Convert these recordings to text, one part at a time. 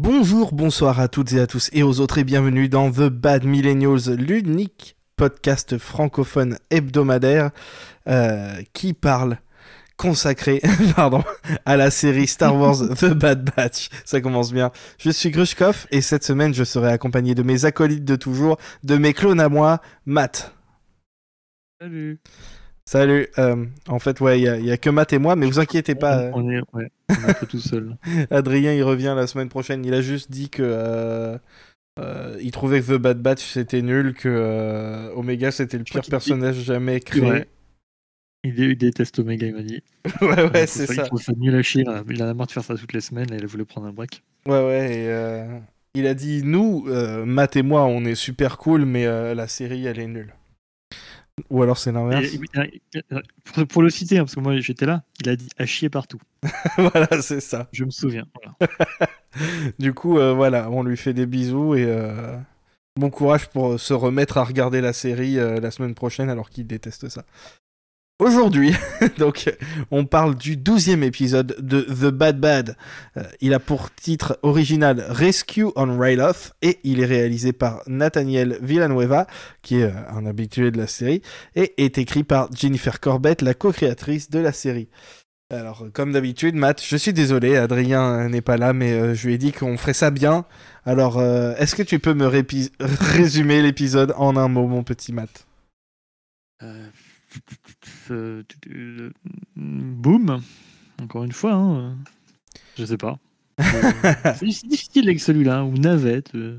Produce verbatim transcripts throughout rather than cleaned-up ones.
Bonjour, bonsoir à toutes et à tous et aux autres et bienvenue dans The Bad Millennials, l'unique podcast francophone hebdomadaire euh, qui parle consacré pardon, à la série Star Wars The Bad Batch. Ça commence bien. Je suis Grushkov et cette semaine je serai accompagné de mes acolytes de toujours, de mes clones à moi, Matt. Salut. Salut. Euh, en fait, ouais, il n'y a, a que Matt et moi, mais vous inquiétez pas. On est, ouais, on est un peu tout seul. Adrien, il revient la semaine prochaine. Il a juste dit que euh, euh, il trouvait que The Bad Batch c'était nul, que euh, Omega c'était le pire personnage dit... jamais créé. Ouais. Il, il déteste Omega, il m'a dit. ouais, ouais, c'est ça. Il trouve ça nul à chier. Là. Il en a marre de faire ça toutes les semaines et il voulait prendre un break. Ouais, ouais. Et, euh, il a dit nous, euh, Matt et moi, on est super cool, mais euh, la série elle est nulle. Ou alors c'est l'inverse. Et, pour, pour le citer, hein, parce que moi j'étais là, il a dit à chier partout. Voilà, c'est ça. Je me souviens. Voilà. Du coup, euh, voilà, on lui fait des bisous et euh, bon courage pour se remettre à regarder la série euh, la semaine prochaine alors qu'il déteste ça. Aujourd'hui, donc, on parle du douzième épisode de The Bad Bad. Euh, il a pour titre original Rescue on Ryloth et il est réalisé par Nathaniel Villanueva, qui est euh, un habitué de la série, et est écrit par Jennifer Corbett, la co-créatrice de la série. Alors, comme d'habitude, Matt, je suis désolé, Adrien n'est pas là, mais euh, je lui ai dit qu'on ferait ça bien. Alors, euh, est-ce que tu peux me répi- résumer l'épisode en un mot, mon petit Matt ? euh... Euh, euh, boum, encore une fois, hein. Je sais pas. Euh, c'est difficile avec celui-là, ou navette. Euh,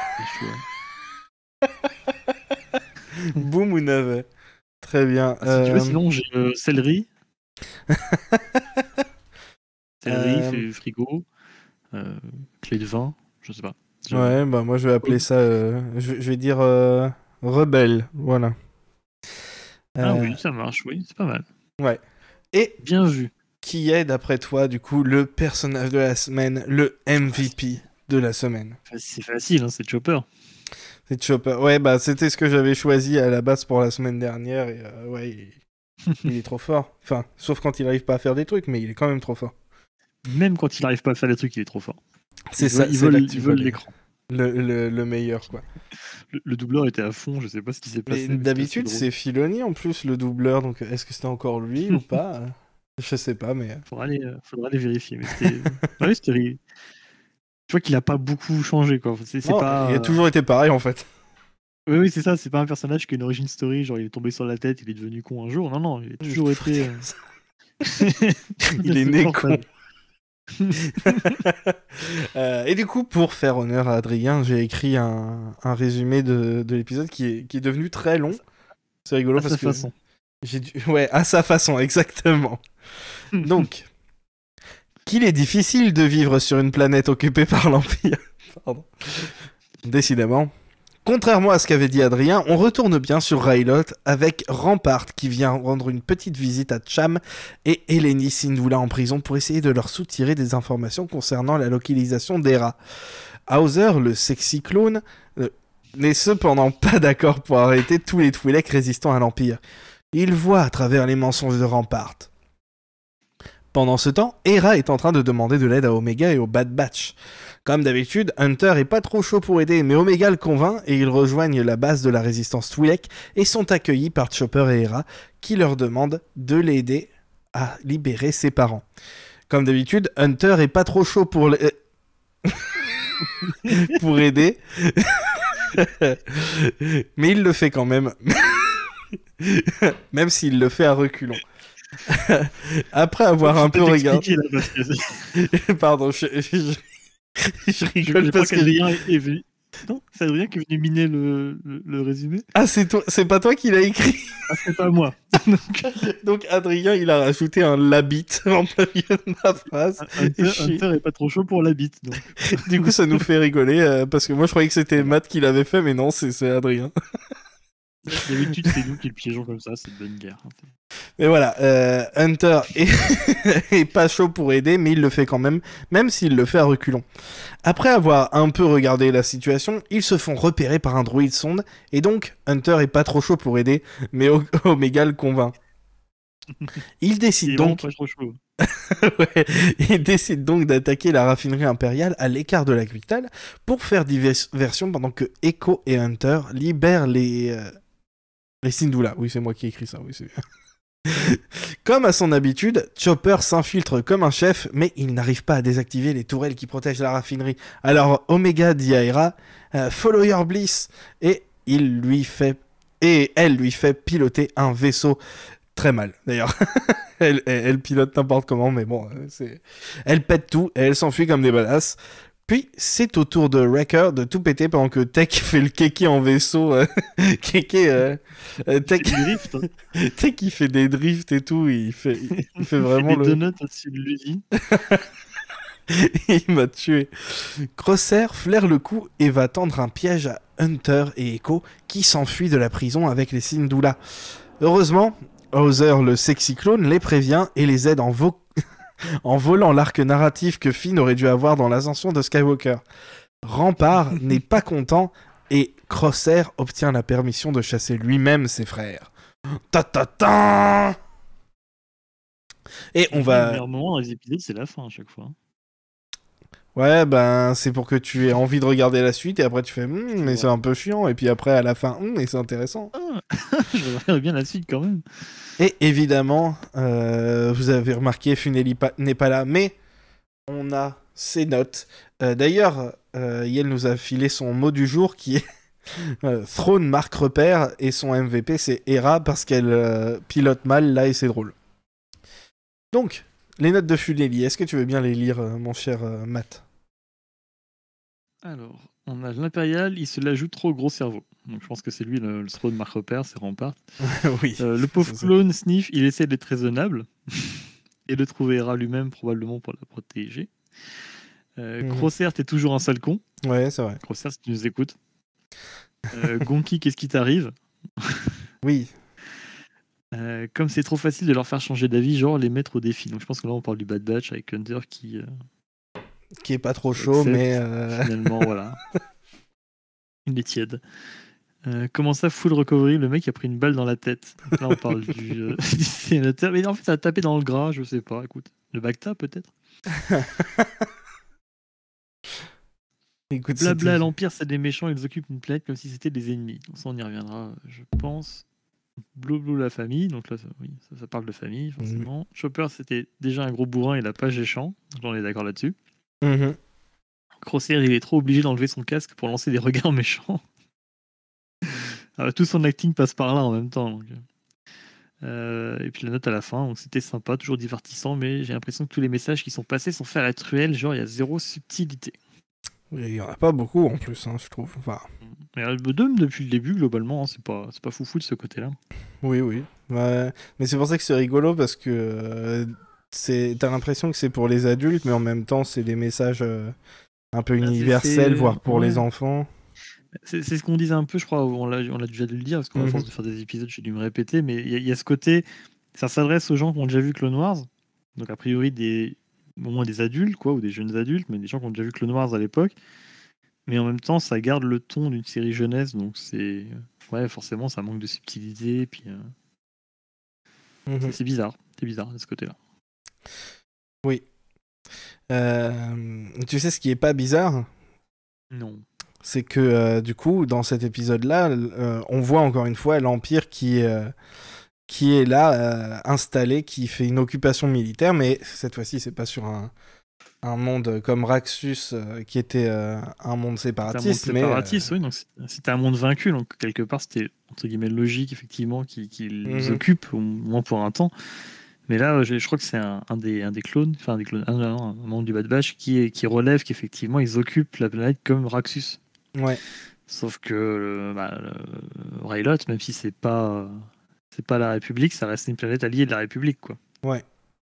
Boum ou navet. Très bien. Ah, si euh... tu veux, sinon j'ai euh, céleri. Céleri, euh... frigo, euh, clé de vin, je sais pas. Je... Ouais, bah moi je vais appeler ça. Euh... Je, je vais dire euh... rebelle, voilà. Ah euh... oui, ça marche, oui, c'est pas mal. Ouais. Et bien vu. Qui est, d'après toi, du coup, le personnage de la semaine, le M V P de la semaine? C'est facile, hein, c'est Chopper. C'est Chopper. Ouais, bah c'était ce que j'avais choisi à la base pour la semaine dernière et euh, ouais, il... il est trop fort. Enfin, sauf quand il arrive pas à faire des trucs, mais il est quand même trop fort. Même quand il arrive pas à faire des trucs, il est trop fort. C'est il ça. Veut, il vole, il vole l'écran. Le, le, le meilleur, quoi. Le, le doubleur était à fond, je sais pas ce qui s'est passé. Mais d'habitude, c'est Filoni en plus, le doubleur, donc est-ce que c'était encore lui ou pas? Je sais pas, mais. Faudra aller, euh, faudra aller vérifier. Mais c'était. ouais, c'était. Tu vois qu'il a pas beaucoup changé, quoi. C'est, c'est non, pas. Il a toujours été pareil, en fait. Oui, oui, c'est ça. C'est pas un personnage qui a une origin story, genre il est tombé sur la tête, il est devenu con un jour. Non, non, il a toujours été. Euh... il est né con. euh, et du coup, pour faire honneur à Adrien, j'ai écrit un, un résumé de, de l'épisode qui est, qui est devenu très long. C'est rigolo à parce sa que façon. J'ai dû... Ouais, à sa façon, exactement. Donc, qu'il est difficile de vivre sur une planète occupée par l'Empire. Pardon. Décidément. Contrairement à ce qu'avait dit Adrien, on retourne bien sur Ryloth avec Rampart qui vient rendre une petite visite à Cham et Eleni Syndulla en prison pour essayer de leur soutirer des informations concernant la localisation d'Hera. Hauser, le sexy clone, euh, n'est cependant pas d'accord pour arrêter tous les Twi'lek résistants à l'Empire. Il voit à travers les mensonges de Rampart. Pendant ce temps, Hera est en train de demander de l'aide à Omega et au Bad Batch. Comme d'habitude, Hunter est pas trop chaud pour aider, mais Omega le convainc et ils rejoignent la base de la résistance Twi'lek et sont accueillis par Chopper et Hera qui leur demandent de l'aider à libérer ses parents. Comme d'habitude, Hunter est pas trop chaud pour les... pour aider, mais il le fait quand même. Même s'il le fait à reculons. Après avoir un peu regardé... Là, que... Pardon, je, je, je rigole je parce que... Adrien est venu... Non, c'est Adrien qui est venu miner le, le, le résumé. Ah, c'est, toi... c'est pas toi qui l'as écrit. Ah, c'est pas moi. donc... donc Adrien, il a rajouté un labit en plein milieu de ma phrase. Hunter, je... Hunter est pas trop chaud pour labit. Donc. Du coup, ça nous fait rigoler, euh, parce que moi, je croyais que c'était Matt qui l'avait fait, mais non, c'est, c'est Adrien. D'habitude, c'est nous qui le piégeons comme ça, c'est de bonne guerre. Mais voilà, euh, Hunter est... est pas chaud pour aider, mais il le fait quand même, même s'il le fait à reculons. Après avoir un peu regardé la situation, ils se font repérer par un droïde sonde, et donc Hunter est pas trop chaud pour aider, mais o- Omega le convainc. Il décide il donc... Pas trop chaud. Ouais, il décide donc d'attaquer la raffinerie impériale à l'écart de la capitale pour faire diversion pendant que Echo et Hunter libèrent les, euh, les Syndulla. Oui, c'est moi qui ai écrit ça, oui, c'est bien. Comme à son habitude, Chopper s'infiltre comme un chef, mais il n'arrive pas à désactiver les tourelles qui protègent la raffinerie. Alors Omega dit à Hera, euh, Follow your bliss, et il lui fait et elle lui fait piloter un vaisseau très mal. D'ailleurs, elle, elle, elle pilote n'importe comment, mais bon, c'est, elle pète tout et elle s'enfuit comme des badass. Puis, c'est au tour de Wrecker de tout péter pendant que Tech fait le kéké en vaisseau. Euh, kéké, euh, euh, Tech... drift, hein. Tech, il fait des drifts et tout. Il fait, il, il fait vraiment il fait des le... donuts au-dessus de l'usine. Il m'a tué. Crosshair flaire le coup et va tendre un piège à Hunter et Echo qui s'enfuient de la prison avec les Syndulla. Heureusement, Hauser, le sexy clone, les prévient et les aide en vo... en volant l'arc narratif que Finn aurait dû avoir dans l'ascension de Skywalker. Rampart n'est pas content et Crosshair obtient la permission de chasser lui-même ses frères. Ta ta ta. Et on va... Le meilleur moment dans les épisodes, c'est la fin à chaque fois. Ouais, ben c'est pour que tu aies envie de regarder la suite et après tu fais mmm, mais c'est un peu chiant et puis après à la fin mmm, mais c'est intéressant. Ah, je regarde bien la suite quand même. Et évidemment, euh, vous avez remarqué, Funeli pa- n'est pas là, mais on a ses notes. Euh, d'ailleurs, euh, Yel nous a filé son mot du jour qui est euh, Throne marque repère et son M V P c'est Hera parce qu'elle euh, pilote mal là et c'est drôle. Donc, les notes de Funeli, est-ce que tu veux bien les lire, euh, mon cher euh, Matt? Alors, on a l'Impérial, il se la joue trop gros cerveau. Donc je pense que c'est lui le, le Throne Mark Repère, c'est Rampart. Oui. Euh, le pauvre clone Sniff, il essaie d'être raisonnable et de trouver Hera lui-même probablement pour la protéger. Euh, Mhm. Crosshair, t'es toujours un sale con. Ouais, c'est vrai. Crosshair, si tu nous écoutes. Euh, Gonki, qu'est-ce qui t'arrive? Oui. Euh, comme c'est trop facile de leur faire changer d'avis, genre les mettre au défi. Donc je pense que là on parle du Bad Batch avec Hunter qui... Euh, qui est pas trop chaud, accepte, mais... Euh... Finalement, voilà. Il est tiède. Euh, comment ça, full recovery? Le mec a pris une balle dans la tête. Donc là, on parle du, euh, du sénateur. Mais en fait, ça a tapé dans le gras, je sais pas. Écoute, le Bacta peut-être. Écoute, Blabla, c'était... l'Empire, c'est des méchants, ils occupent une planète comme si c'était des ennemis. Donc ça, on y reviendra, je pense. Blou la famille, donc là, ça, oui, ça, ça parle de famille, forcément. Mmh. Chopper, c'était déjà un gros bourrin, il a pas géchant. Donc là, on est d'accord là-dessus. Mmh. Crosshair, il est trop obligé d'enlever son casque pour lancer des regards méchants. Alors, tout son acting passe par là en même temps. Donc. Euh, et puis la note à la fin, donc c'était sympa, toujours divertissant, mais j'ai l'impression que tous les messages qui sont passés sont faits à être réels, genre il y a zéro subtilité. Il y en a pas beaucoup en plus, hein, je trouve. Enfin... Mais Albedom, depuis le début, globalement, hein, c'est pas, c'est pas foufou de ce côté-là. Oui, oui. Ouais. Mais c'est pour ça que c'est rigolo, parce que euh, c'est... t'as l'impression que c'est pour les adultes, mais en même temps, c'est des messages euh, un peu universels, voire pour ouais. les enfants. C'est, c'est ce qu'on disait un peu, je crois, on l'a, on l'a déjà dû le dire, parce qu'à mm-hmm. force de faire des épisodes, j'ai dû me répéter, mais il y, y a ce côté, ça s'adresse aux gens qui ont déjà vu Clone Wars, donc a priori des, au moins des adultes, quoi, ou des jeunes adultes, mais des gens qui ont déjà vu Clone Wars à l'époque, mais en même temps, ça garde le ton d'une série jeunesse, donc c'est, ouais, forcément, ça manque de subtilité, puis euh... mm-hmm. c'est, c'est bizarre, c'est bizarre de ce côté-là. Oui. Euh, tu sais ce qui est pas bizarre ? Non. C'est que euh, du coup, dans cet épisode-là, euh, on voit encore une fois l'Empire qui, euh, qui est là, euh, installé, qui fait une occupation militaire, mais cette fois-ci, c'est pas sur un, un monde comme Raxus, euh, qui était euh, un monde séparatiste. C'était un monde séparatiste, mais, euh... oui, donc c'était un monde vaincu, donc quelque part, c'était entre guillemets logique, effectivement, qu'ils qu'ils mm-hmm. occupent, au moins pour un temps. Mais là, je, je crois que c'est un, un, des, un des clones, enfin un des clones, un, un, un membre du Bad Batch qui, est, qui relève qu'effectivement, ils occupent la planète comme Raxus. Ouais. Sauf que le, bah, le Rylot, même si c'est pas c'est pas la République, ça reste une planète alliée de la République, quoi. Ouais.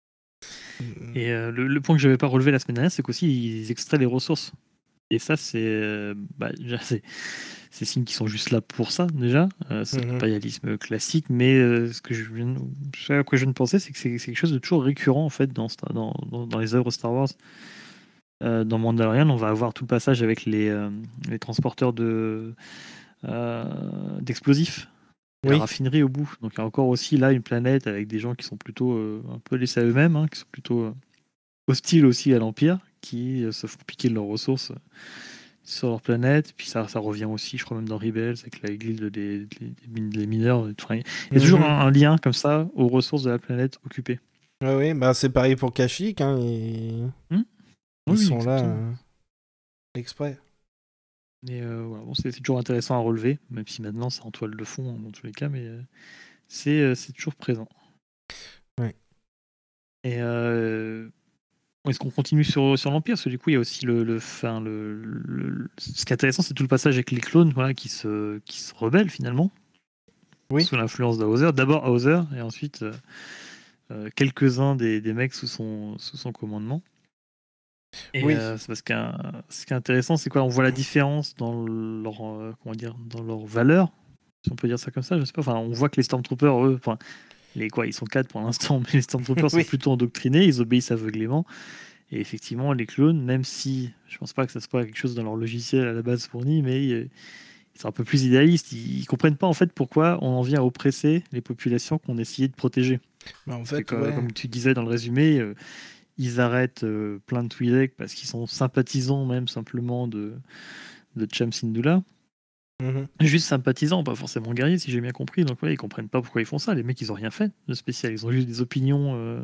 Et euh, le, le point que je n'avais pas relevé la semaine dernière, c'est qu'aussi ils extraient les ressources. Et ça, c'est euh, bah, déjà c'est c'est signes qui sont juste là pour ça déjà. Euh, c'est mm-hmm. l'impérialisme classique, mais euh, ce que je viens, ce à quoi je viens de penser, c'est que c'est, c'est quelque chose de toujours récurrent en fait dans dans, dans, dans les œuvres Star Wars. Euh, dans Mandalorian, on va avoir tout le passage avec les, euh, les transporteurs de, euh, d'explosifs. et Oui. la raffinerie au bout. Donc il y a encore aussi là une planète avec des gens qui sont plutôt euh, un peu laissés à eux-mêmes, hein, qui sont plutôt euh, hostiles aussi à l'Empire, qui euh, se font piquer de leurs ressources euh, sur leur planète. Puis ça, ça revient aussi, je crois même dans Rebels, avec la guilde des, des, des min- des mineurs. Enfin, il y a toujours Mhm. un, un lien comme ça aux ressources de la planète occupée. Ouais, oui, bah c'est pareil pour Kashyyyk, hein, ils, Hmm ils oui, oui, sont là exactement. euh, exprès. Mais euh, voilà, bon, c'est c'est toujours intéressant à relever, même si maintenant c'est en toile de fond hein, dans tous les cas, mais euh, c'est euh, c'est toujours présent. Ouais. Et euh, est-ce qu'on continue sur, sur l'Empire? Parce que du coup, il y a aussi le. le, fin, le, le- le- ce qui est intéressant, c'est tout le passage avec les clones voilà, qui, se, qui se rebellent finalement, Oui. sous l'influence d'Hauser. D'abord Hauser, et ensuite euh, euh, quelques-uns des, des mecs sous son, sous son commandement. Et Oui. euh, c'est parce qu'un ce qui est intéressant, c'est quoi? On voit la différence dans leur, euh, comment dire, dans leur valeur, si on peut dire ça comme ça, je sais pas. Enfin, on voit que les Stormtroopers, eux, enfin, les quoi, ils sont quatre pour l'instant, mais les Stormtroopers sont Oui. plutôt endoctrinés, ils obéissent aveuglément. Et effectivement, les clones, même si je pense pas que ça soit quelque chose dans leur logiciel à la base fourni, mais euh, ils sont un peu plus idéalistes. Ils, ils comprennent pas en fait pourquoi on en vient à oppresser les populations qu'on essayait de protéger. Bah, en Parce que fait, comme, ouais. comme tu disais dans le résumé, euh, ils arrêtent euh, plein de Twi'lek parce qu'ils sont sympathisants même simplement de, de Cham Syndulla. Mhm. Juste sympathisants, pas forcément guerriers si j'ai bien compris. Donc ouais, ils comprennent pas pourquoi ils font ça. Les mecs, ils ont rien fait de spécial. Ils ont juste des opinions euh,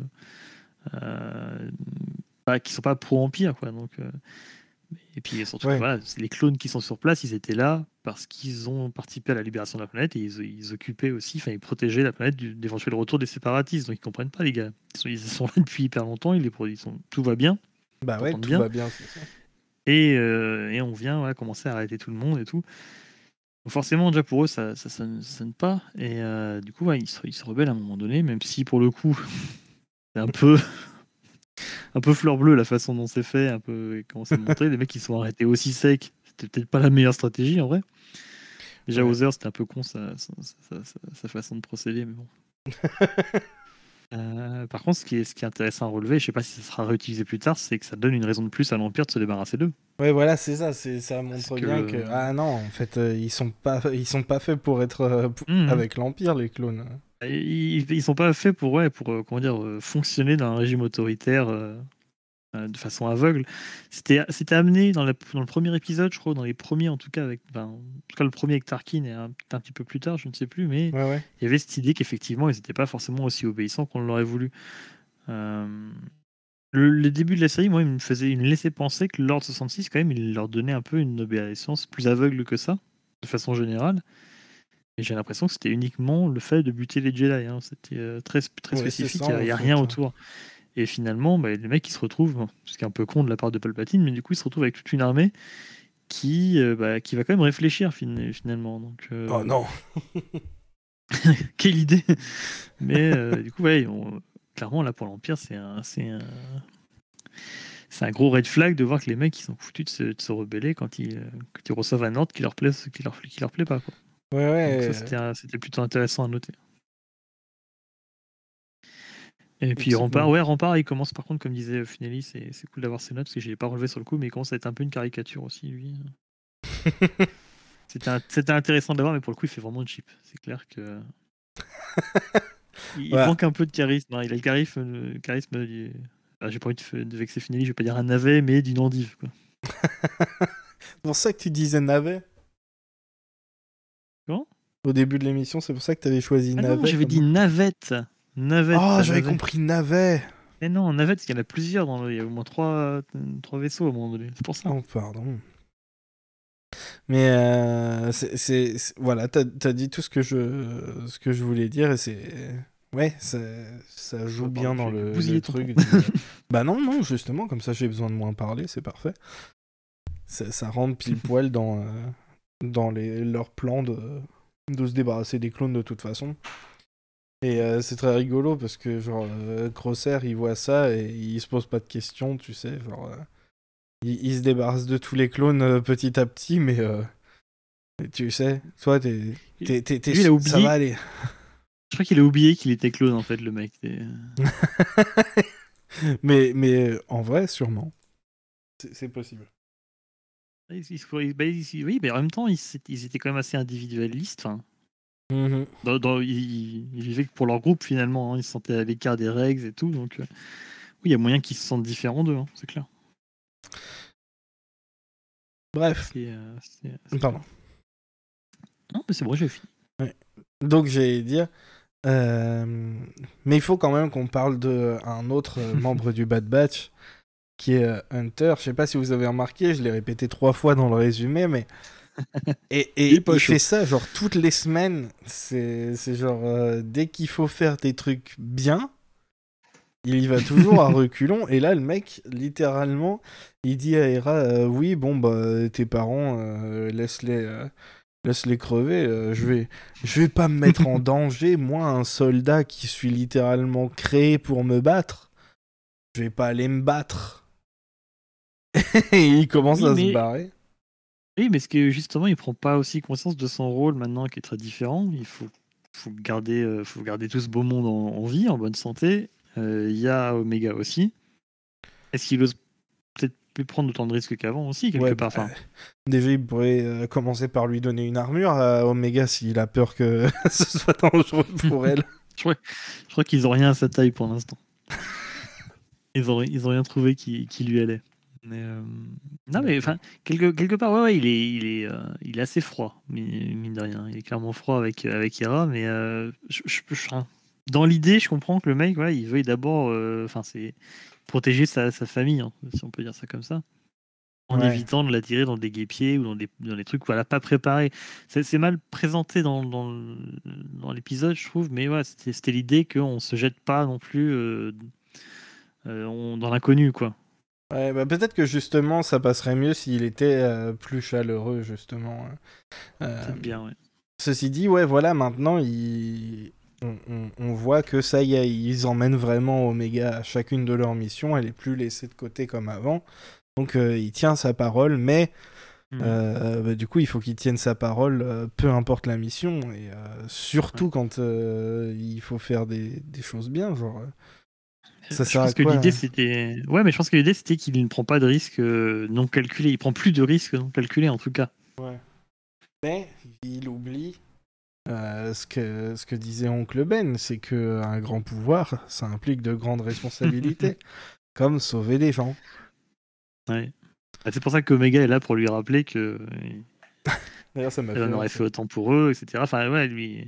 euh, pas- qui sont pas pro-empire, quoi. Donc euh, et puis surtout, Ouais. voilà, c'est les clones qui sont sur place, ils étaient là parce qu'ils ont participé à la libération de la planète et ils, ils occupaient aussi, enfin, ils protégeaient la planète du- d'éventuels retours des séparatistes. Donc ils comprennent pas, les gars. Ils sont, ils sont là depuis hyper longtemps, ils les produisent, sont- tout va bien, Bah ils ouais, s'entendent tout bien. va bien, c'est ça. Et, euh, et on vient voilà, commencer à arrêter tout le monde et tout. Donc forcément, déjà pour eux, ça, ça, sonne, ça sonne pas. Et euh, du coup, ouais, ils, se, ils se rebellent à un moment donné, même si pour le coup, c'est un peu, un peu fleur bleue la façon dont c'est fait, un peu et comment c'est monté. Les mecs qui sont arrêtés aussi secs, c'était peut-être pas la meilleure stratégie en vrai. Déjà, Ouais. Hauser, c'était un peu con sa, sa, sa- sa- sa façon de procéder, mais bon. Euh, par contre, ce qui est, ce qui est intéressant à relever, je sais pas si ça sera réutilisé plus tard, c'est que ça donne une raison de plus à l'Empire de se débarrasser d'eux. Ouais, voilà, c'est ça. C'est ça Parce montre bien que que. ah non, en fait, euh, ils sont pas, ils sont pas faits pour être euh, pour- Mhm. avec l'Empire, les clones. Ils, ils sont pas faits pour, ouais, pour euh, comment dire, euh, fonctionner dans un régime autoritaire euh, euh, de façon aveugle. C'était, c'était amené dans, la- dans le premier épisode, je crois, dans les premiers en tout cas, avec, ben, en tout cas le premier avec Tarkin et un, un petit peu plus tard, je ne sais plus, mais Ouais, ouais. il y avait cette idée qu'effectivement, ils n'étaient pas forcément aussi obéissants qu'on l'aurait voulu. Euh, le, le début de la série, moi, il me faisait, il me laissait penser que l'Ordre soixante-six, quand même, il leur donnait un peu une obéissance plus aveugle que ça, de façon générale. Et j'ai l'impression que c'était uniquement le fait de buter les Jedi. Hein. C'était euh, très, très Ouais, c'est spécifique, ça il en n'y a, a rien fait. autour. Et finalement, bah, les mecs, ils se retrouvent, bon, ce qui est un peu con de la part de Palpatine, mais du coup, ils se retrouvent avec toute une armée qui, euh, bah, qui va quand même réfléchir fin- finalement. Donc, Oh euh, non. quelle idée! Mais euh, du coup, ouais, on- clairement, là, pour l'Empire, c'est un, c'est un, c'est un gros red flag de voir que les mecs, ils sont foutus de se, de se rebeller quand ils, euh, quand ils reçoivent un ordre qui leur plaît, qui leur, qui leur plaît pas, quoi. Ouais, Donc ça, ouais. c'était, un- c'était plutôt intéressant à noter. Et puis Rempart, Effectivement. ouais, Rempart, il commence par contre, comme disait Finelli, c'est c'est cool d'avoir ses notes, parce que je l'ai pas relevé sur le coup, mais il commence à être un peu une caricature aussi, lui. C'était un- c'était intéressant de l'avoir, mais pour le coup, il fait vraiment cheap. C'est clair que il, il Voilà. manque un peu de charisme. Hein. Il a le charisme, le charisme du- ah, j'ai pas envie de, f- de vexer Finelli, je vais pas dire un navet, mais d'une endive. Quoi. C'est pour ça que tu disais navet Comment? au début de l'émission. C'est pour ça que tu avais choisi Ah non, navet j'avais comme dit nom. navette. Navette, Oh, pas j'avais navet. compris navet. Mais non, navette, parce qu'il y en a plusieurs. Dans le- Il y a au moins trois, trois vaisseaux à un moment donné. C'est pour ça. Oh, pardon. Mais euh, c'est, c'est- c'est- voilà, t'as, t'as dit tout ce que je, ce que je voulais dire et c'est, ouais, ça, ça joue Ouais, bien pardon, dans j'ai le, bousillé le ton truc. temps. de- Bah non, non, justement, comme ça j'ai besoin de moins parler, c'est parfait. Ça, ça rentre pile poil dans, euh, dans les, leur plan de, de se débarrasser des clones de toute façon. Et euh, c'est très rigolo parce que genre euh, Crosshair il voit ça et il se pose pas de questions, tu sais, genre euh, il, il se débarrasse de tous les clones euh, petit à petit, mais euh, tu sais, toi t'es, t'es, t'es, t'es Lui, il a su- ça va oublié. aller. Je crois qu'il a oublié qu'il était clone, en fait, le mec. C'est- mais mais euh, en vrai sûrement, c'est, c'est possible. Il se- il- bah, il- oui, mais en même temps, ils, s'étaient- ils étaient quand même assez individualistes. Enfin, Mhm. Dans, dans- ils, ils vivaient que pour leur groupe finalement, hein. Ils se sentaient à l'écart des règles et tout, donc euh, oui, il y a moyen qu'ils se sentent différents d'eux, hein, c'est clair. Bref, C'est, euh, c'est- c'est pardon. clair. Non, mais c'est bon, j'ai fini. Donc j'allais dire, euh, mais il faut quand même qu'on parle de un autre euh, membre du Bad Batch, qui est euh, Hunter. Je sais pas si vous avez remarqué, je l'ai répété trois fois dans le résumé, mais et, Il est et pas il chaud. fait ça genre toutes les semaines. C'est c'est genre euh, dès qu'il faut faire des trucs bien, il y va toujours à reculons. Et là, le mec, littéralement, il dit à Hera, euh, oui, bon bah tes parents, euh, laisse-les. euh, Laisse-les crever, euh, je vais, je vais pas me mettre en danger, moi, un soldat qui suis littéralement créé pour me battre. Je vais pas aller me battre. Et il commence Oui, à se mais barrer. oui, mais est-ce que justement, il prend pas aussi conscience de son rôle maintenant qui est très différent? Il faut, faut garder, euh, faut garder tout ce beau monde en, en vie, en bonne santé. Euh, Il y a Omega aussi. Est-ce qu'il ose peut-être plus prendre autant de risques qu'avant aussi, quelque Ouais, part? bah, Enfin, déjà, il pourrait euh, commencer par lui donner une armure à Omega s'il a peur que ce soit dangereux pour elle. je crois, je crois qu'ils ont rien à sa taille pour l'instant. Ils ont, ils ont rien trouvé qui, qui lui allait. Mais, euh, non, mais enfin, quelque, quelque part, ouais, ouais, il est, il est, euh, il est assez froid, mi- mine de rien. Il est clairement froid avec, avec Hera, mais euh, je, je- je- enfin, dans l'idée, je comprends que le mec, voilà, il veuille d'abord, euh, enfin, c'est protéger sa, sa famille, hein, si on peut dire ça comme ça, en Ouais. évitant de l'attirer dans des guêpiers ou dans des, dans des trucs, voilà, pas préparés. C'est c'est mal présenté dans, dans, le- dans l'épisode, je trouve, mais ouais, c'était c'était l'idée qu'on se jette pas non plus euh, euh, on- dans l'inconnu, quoi. Ouais, bah peut-être que justement, ça passerait mieux s'il était euh, plus chaleureux, justement. Euh, Peut-être bien, ouais. Ceci dit, ouais, voilà, maintenant, il... on, on- on voit que ça y est, ils emmènent vraiment Omega à chacune de leurs missions. Elle est plus laissée de côté comme avant. Donc, euh, il tient sa parole, mais Mhm. euh, bah, du coup, il faut qu'il tienne sa parole, euh, peu importe la mission, et euh, surtout Ouais. quand euh, il faut faire des, des choses bien. Genre, euh, ça Je sert à pense que quoi l'idée hein c'était. Ouais, mais je pense que l'idée c'était qu'il ne prend pas de risques euh, non calculés. Il prend plus de risques non calculés en tout cas. Ouais. Mais il oublie euh, ce, que, ce que disait Oncle Ben, c'est que un grand pouvoir, ça implique de grandes responsabilités, comme sauver des gens. Ouais. Bah, c'est pour ça qu'Omega est là pour lui rappeler que D'ailleurs, ça m'a elle fait en rire. aurait Ça. fait autant pour eux, et cetera. Enfin, ouais, lui.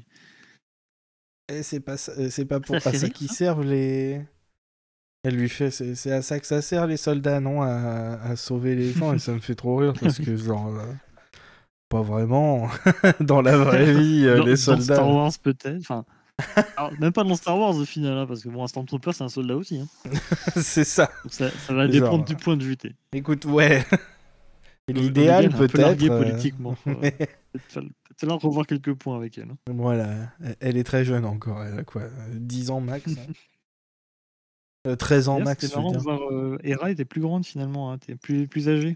Et c'est pas, ça- euh, c'est pas Ça pour à fait ça rire, qu'ils ça. servent les. Elle lui fait, c'est c'est à ça que ça sert les soldats, non, à, à sauver les gens. Et ça me fait trop rire parce que genre, euh, pas vraiment. Dans la vraie vie, euh, Dans, les dans Star soldats, Wars peut-être. Enfin, alors, même pas dans Star Wars au final, hein, parce que bon, un Stormtrooper c'est un soldat aussi. Hein. c'est ça. Donc ça, ça va dépendre Genre, du point de vue. T'es. écoute, ouais, Omega l'idéal elle est un peu larguée peut-être. euh, politiquement. Faut, euh, mais peut-être fa- peut-être falloir revoir quelques points avec elle. Hein. voilà, elle- elle est très jeune encore. Elle a quoi, euh, dix ans max. Hein. Euh, treize ans D'ailleurs, c'était max, je veux marrant de dire. voir euh, Hera était plus grande finalement, hein, était plus, plus âgée.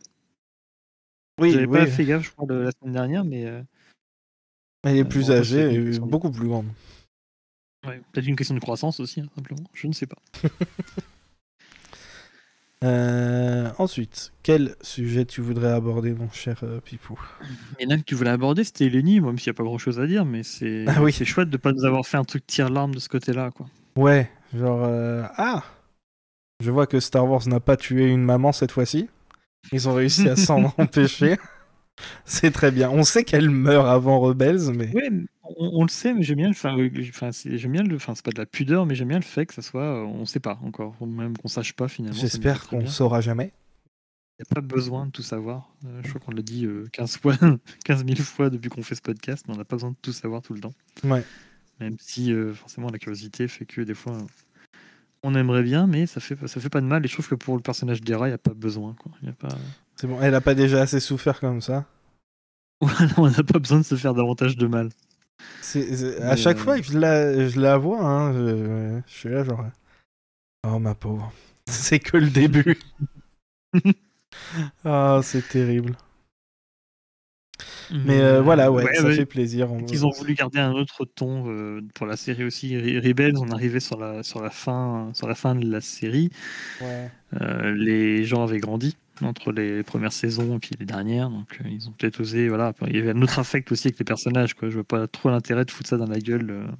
Oui, J'avais pas oui, fait gaffe, je crois, de la semaine dernière, mais euh, elle est euh, bon, plus après, c'est peut-être âgée une et question de... beaucoup plus grande. ouais, peut-être une question de croissance aussi, hein, simplement. Je ne sais pas. Euh, ensuite, quel sujet tu voudrais aborder, mon cher euh, Pipou? Et là que tu voulais aborder, c'était Lenny, même s'il n'y a pas grand-chose à dire, mais c'est Ah oui, c'est chouette de pas nous avoir fait un truc tire-larme de ce côté-là, quoi. ouais, genre... euh, Ah, je vois que Star Wars n'a pas tué une maman cette fois-ci. Ils ont réussi à s'en empêcher. C'est très bien. On sait qu'elle meurt avant Rebels, mais Ouais, on, on le sait, mais j'aime bien le enfin, euh, enfin, c'est- j'aime bien le enfin, c'est pas de la pudeur, mais j'aime bien le fait que ça soit euh, on sait pas encore, ou même qu'on sache pas finalement, ça me va j'espère très qu'on bien. saura jamais. Il n'y a pas besoin de tout savoir. Euh, je crois qu'on l'a dit euh, quinze fois, quinze mille fois depuis qu'on fait ce podcast, mais on n'a pas besoin de tout savoir tout le temps. Ouais, Même si euh, forcément la curiosité fait que des fois euh, on aimerait bien, mais ça fait, ça fait pas de mal. Et je trouve que pour le personnage d'Hera, il n'y a pas besoin. Quoi. Y a pas... c'est bon. Elle a pas déjà assez souffert comme ça. Voilà, on n'a pas besoin de se faire davantage de mal. C'est, c'est- À Mais, chaque euh, fois que je la, je la vois, hein, je, je suis là genre... Oh ma pauvre. C'est que le début. Ah, c'est terrible. Mais euh, voilà, ouais, ouais, ça ouais. fait plaisir. On- Ils ont voulu garder un autre ton euh, pour la série aussi. Re- Rebels, on arrivait sur la, sur la, fin, sur la fin de la série. Ouais. Euh, les gens avaient grandi. entre les premières saisons et puis les dernières. Donc euh, ils ont peut-être osé. Voilà. Il y avait un autre affect aussi avec les personnages. Quoi. Je vois pas trop l'intérêt de foutre ça dans la gueule euh,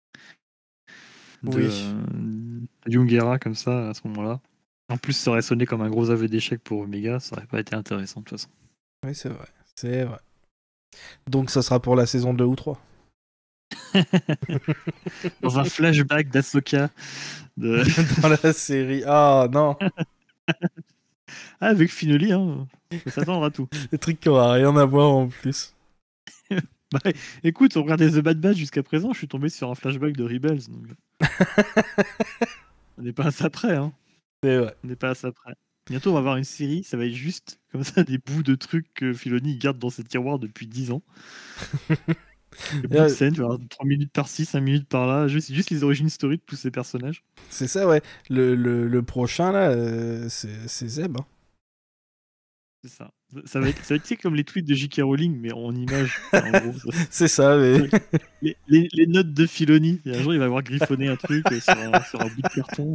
de Oui. euh, Jungera comme ça à ce moment-là. En plus, ça aurait sonné comme un gros aveu d'échec pour Omega. Ça aurait pas été intéressant de toute façon. Oui, c'est vrai. C'est vrai. Donc ça sera pour la saison deux ou trois. Dans un flashback d'Ahsoka. De... Dans la série. Ah non. Ah, avec Finoli, hein. Faut s'attendre à tout. Des trucs qui n'aura rien à voir en plus. Bah, écoute, on regardait The Bad Batch jusqu'à présent, je suis tombé sur un flashback de Rebels. Donc... on n'est pas à ça près, hein. C'est vrai. On n'est pas à ça près. Bientôt, on va avoir une série, ça va être juste comme ça des bouts de trucs que Filoni garde dans ses tiroirs depuis dix ans. Des bouts de scène, tu vois, trois minutes par-ci, cinq minutes par-là, juste, juste les origines story de tous ces personnages. C'est ça, ouais. Le, le, le prochain, là, euh, c'est, c'est Zeb. Hein. C'est ça. Ça va être, ça va être comme les tweets de J K Rowling, mais en images. En gros, c'est ça, mais... les, les, les notes de Filoni. Et un jour, il va avoir griffonné un truc sur un, sur un bout de carton.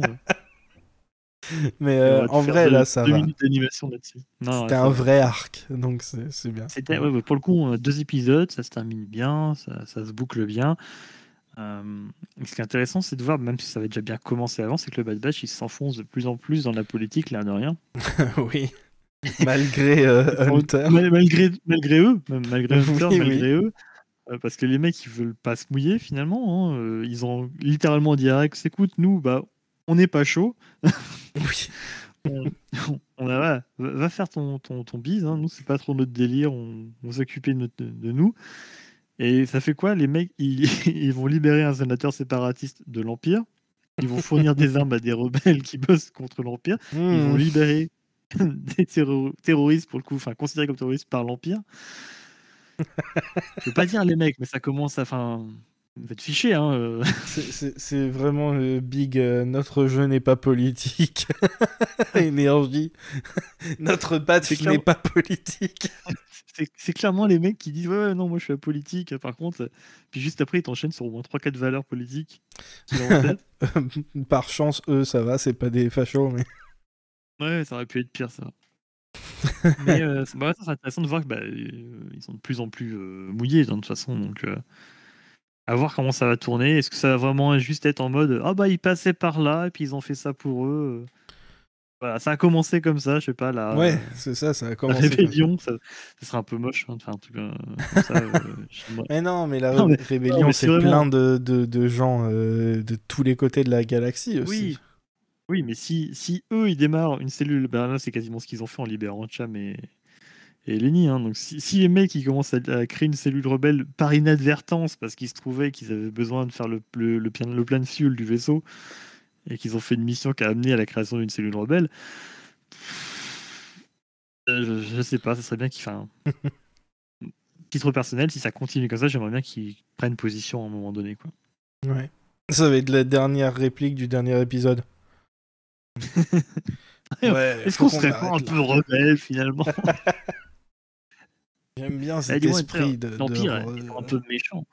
Mais euh, en vrai, deux, là, ça deux va. minutes d'animation là-dessus. Non, c'était ouais, un va. vrai arc, donc c'est, c'est bien. C'était, ouais, pour le coup, deux épisodes, ça se termine bien, ça, ça se boucle bien. Euh, ce qui est intéressant, c'est de voir, même si ça avait déjà bien commencé avant, c'est que le Bad Batch, il s'enfonce de plus en plus dans la politique, l'air de rien. Oui. Malgré euh, Hunter. Mal, malgré, malgré eux, même malgré Hunter, oui, malgré oui. eux. Euh, parce que les mecs, ils veulent pas se mouiller finalement. Hein. Euh, ils ont littéralement dit à Rex, écoute, nous, bah, on n'est pas chaud. Oui. on, on a, voilà, va, va faire ton, ton, ton bise. Hein. Nous, c'est pas trop notre délire. On, on va s'occuper de, notre- de nous. Et ça fait quoi? Les mecs, ils, ils vont libérer un sénateur séparatiste de l'Empire. Ils vont fournir des armes à des rebelles qui bossent contre l'Empire. Mmh. Ils vont libérer des terro- terroristes, pour le coup, enfin considérés comme terroristes par l'Empire. Je veux pas dire les mecs, mais ça commence à... Enfin, vous êtes fichés, hein. euh. C'est, c'est, c'est vraiment le big euh, notre jeu n'est pas politique. Énergie. Notre badge C'est n'est clairement- pas politique. C'est, c'est clairement les mecs qui disent ouais, ouais, non, moi je suis apolitique. Par contre, puis juste après, ils t'enchaînent sur au moins trois quatre valeurs politiques qu'ils ont en tête. Par chance, eux, ça va, c'est pas des fachos, mais... Ouais, ça aurait pu être pire, ça. Mais euh, c'est, bah, ça, c'est intéressant de voir que bah, euh, ils sont de plus en plus euh, mouillés, hein, de toute façon. Donc, euh, à voir comment ça va tourner. Est-ce que ça va vraiment juste être en mode ah bah ils passaient par là et puis ils ont fait ça pour eux. Voilà, ça a commencé comme ça, je sais pas la. Ouais, c'est ça, ça a La commencé. rébellion, ça, ça serait un peu moche hein, de faire un truc euh, comme ça. euh, j'aimerais- Mais non, mais la Non, mais- rébellion, non, mais c'est c'est vraiment- plein de, de, de gens euh, de tous les côtés de la galaxie aussi. Oui, oui, mais si, si eux ils démarrent une cellule, ben là c'est quasiment ce qu'ils ont fait en libérant Cham et, et Lenny. Hein. Donc si, si les mecs ils commencent à, à créer une cellule rebelle par inadvertance parce qu'ils se trouvaient qu'ils avaient besoin de faire le, le, le, plein- le plein de fuel du vaisseau et qu'ils ont fait une mission qui a amené à la création d'une cellule rebelle, euh, je, je sais pas, ça serait bien qu'ils fassent un titre personnel. Si ça continue comme ça, j'aimerais bien qu'ils prennent position à un moment donné, quoi. Ouais. Ça va être la dernière réplique du dernier épisode. Ouais, Est-ce faut qu'on qu'on serait pas un arrête peu là. rebelle finalement? J'aime bien Eh, cet dis-moi, esprit de... de l'Empire re- est un peu méchant.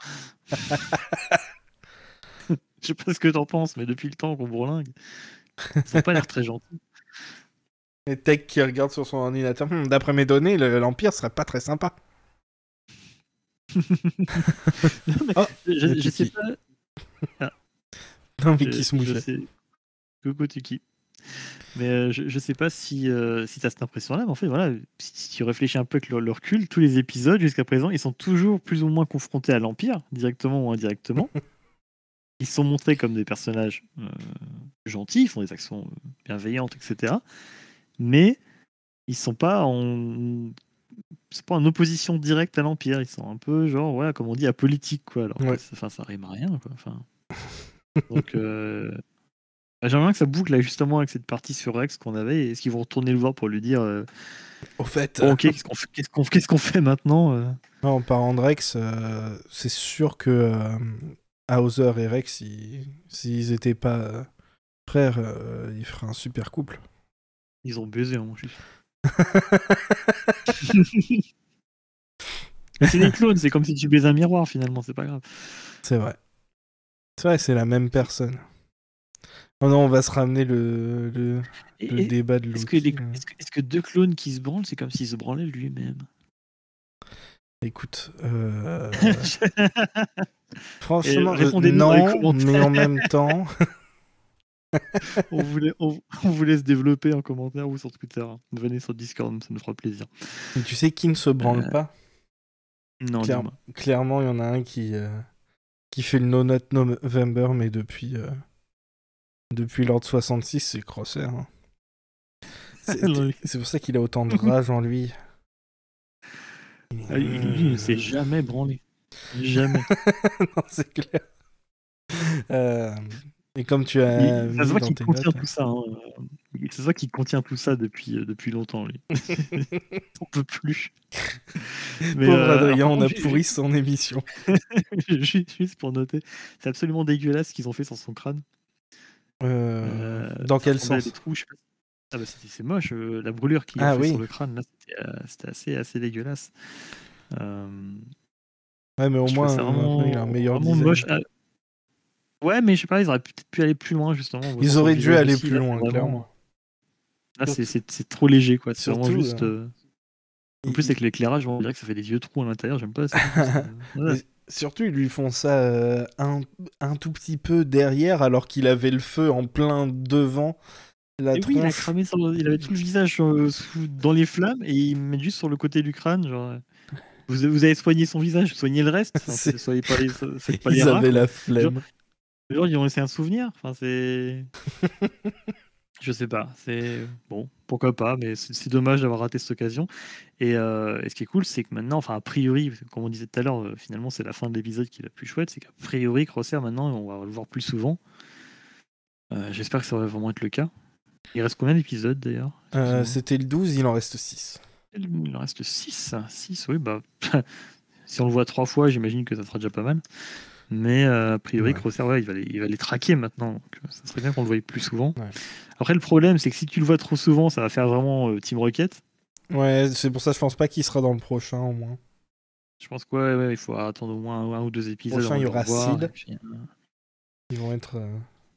Je sais pas ce que t'en penses, mais depuis le temps qu'on bourlingue, ça n'a pas l'air très gentil. Les techs qui regardent sur son ordinateur. Hum, d'après mes données, le- l'Empire serait pas très sympa. Non, mais Oh, je, il y a je sais Tiki. pas. Non, mais Je, qui se je mouchait. sais. Coucou Tuki. Mais euh, je, je sais pas si, euh, si tu as cette impression-là, mais en fait, voilà, si, si tu réfléchis un peu avec le, le recul, tous les épisodes jusqu'à présent, ils sont toujours plus ou moins confrontés à l'Empire, directement ou indirectement. Ils sont montrés comme des personnages euh, gentils, ils font des actions euh, bienveillantes, et cetera. Mais ils sont pas en c'est pas en opposition directe à l'Empire, ils sont un peu genre ouais, comme on dit apolitiques quoi. Alors Ouais. que ça, enfin, ça rime à rien quoi. Enfin, donc euh, j'aimerais bien que ça boucle là, justement avec cette partie sur Rex qu'on avait. Et est-ce qu'ils vont retourner le voir pour lui dire euh, Au fait, bon, ok, qu'est-ce qu'on fait, qu'est-ce qu'on, qu'est-ce qu'on fait maintenant euh en parlant de Rex, euh, c'est sûr que euh, Hauser et Rex, ils- s'ils étaient pas euh, frères, euh, ils feraient un super couple. Ils ont baisé, hein, mon fils. C'est des clones, c'est comme si tu baisais un miroir finalement, c'est pas grave. C'est vrai. C'est vrai, c'est la même personne. Oh non, on va se ramener le, le, Et, le et- débat de est-ce que, Loki. les- hein. est-ce que, est-ce que deux clones qui se branlent, c'est comme s'il se branlait lui-même? Écoute, euh, Et franchement, euh, répondez-nous dans les non, commentaires. mais en même temps, On vous, la- on, on vous laisse développer en commentaire ou sur Twitter. Venez sur Discord, ça nous fera plaisir. tu sais qui ne se branle Euh, pas? Non, Claire- dis-moi. Clairement, il y en a un qui, euh, qui fait le No Nut November, mais depuis, euh, depuis l'ordre soixante-six, c'est Crosshair. hein. C'est Non, c'est pour ça qu'il a autant de rage en lui. Ah, il- Lui, il ne s'est jamais branlé. Jamais. non, c'est clair. Euh, et comme tu as Il- ça se mis voit dans qu'il tes contient notes, tout ça. Hein. Ça se voit qu'il contient tout ça depuis, euh, depuis longtemps, lui. On peut plus. Mais, pauvre euh, Adrien, alors, on par a contre, pourri son émission. juste, juste pour noter, c'est absolument dégueulasse ce qu'ils ont fait sur son crâne. Euh, Euh, dans ça quel ressemblait à sens? des trous, je sais pas. Ah bah c'était- c'est moche, euh, la brûlure qu'il Ah a fait oui. sur le crâne, là, c'était euh, c'était assez, assez dégueulasse. Euh, Ouais, mais au je moins, trouvais ça euh, vraiment, il a un meilleur vraiment design. moche. Ah, ouais, mais je sais pas, ils auraient peut-être pu aller plus loin, justement. en bossant Ils sur auraient le dû visage aller aussi. plus Là, loin, c'est vraiment- clairement. Là, c'est- Surtout- c'est c'est trop léger, quoi. C'est surtout, vraiment juste. euh, euh, En plus, il- avec l'éclairage, on dirait que ça fait des vieux trous à l'intérieur. J'aime pas ça. C'est- voilà. Et surtout, ils lui font ça euh, un, un tout petit peu derrière, alors qu'il avait le feu en plein devant la Et oui, il a tronche. cramé sur le- il avait tout le visage sur le- sous- dans les flammes et il met juste sur le côté du crâne. Genre, euh, vous, vous avez soigné son visage, soignez le reste. Enfin, C'est- soyez pas les, faites pas les Ils rats. avaient quoi. la flemme. Genre, ils ont laissé un souvenir. Enfin, c'est. Je sais pas. C'est bon, pourquoi pas, mais c'est c'est dommage d'avoir raté cette occasion. Et, euh, et ce qui est cool, c'est que maintenant, enfin, a priori, comme on disait tout à l'heure, euh, finalement, c'est la fin de l'épisode qui est la plus chouette. C'est qu'a priori, Crosshair, maintenant, on va le voir plus souvent. Euh, J'espère que ça va vraiment être le cas. Il reste combien d'épisodes d'ailleurs? Euh, Excusez-moi. C'était le douze, il en reste six. Il en reste six. six, oui, bah. Si on le voit trois fois, j'imagine que ça sera déjà pas mal. Mais euh, a priori, Ouais. Crosshair, ouais, il, va les, il va les traquer maintenant. Donc, euh, ça serait bien qu'on le voie plus souvent. Ouais. Après, le problème, c'est que si tu le vois trop souvent, ça va faire vraiment euh, Team Rocket. Ouais, c'est pour ça que je pense pas qu'il sera dans le prochain, au moins. Je pense que ouais, ouais, il faut attendre au moins un, un ou deux épisodes. Prochain, avant il y de le aura revoir, Sid. et puis, euh, Ils vont être... euh,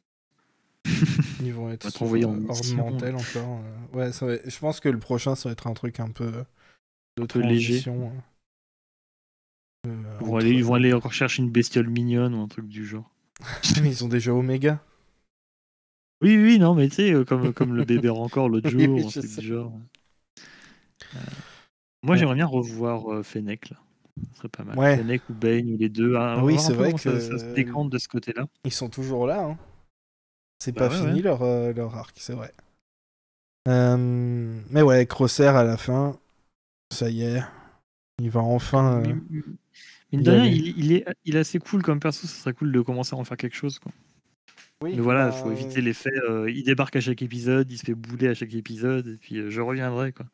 Ils vont être On va te sur, renvoyer en euh, mission. ornemental encore. euh. Ouais, ça va... je pense que le prochain, ça va être un truc un peu de peu léger. transition. euh. Euh, Ils vont, entre- aller, ils vont aller encore chercher une bestiole mignonne ou un truc du genre. Mais ils ont déjà Omega. Oui, oui, non, mais tu sais, euh, comme, comme le bébé Rancor l'autre Oui, jour, oui, un je truc sais. du genre. Euh, Moi, Ouais. j'aimerais bien revoir euh, Fennec, là. Ce serait pas mal. Ouais. Fennec ou Bane, ou les deux. hein, Ah oui, voir un c'est peu vrai comment que- ça, ça se décante de ce côté-là. Ils sont toujours là. Hein. C'est Bah pas ouais, fini ouais. Leur, euh, leur arc, c'est vrai. Euh, Mais ouais, Crosshair à la fin, ça y est. Il va enfin. euh, Mais- mais- Mine y de rien, aller. il, il est, il est assez cool comme perso, ça serait cool de commencer à en faire quelque chose. Quoi. Oui, Mais voilà, il bah, faut éviter l'effet. euh, il débarque à chaque épisode, il se fait bouler à chaque épisode, et puis euh, je reviendrai. Quoi.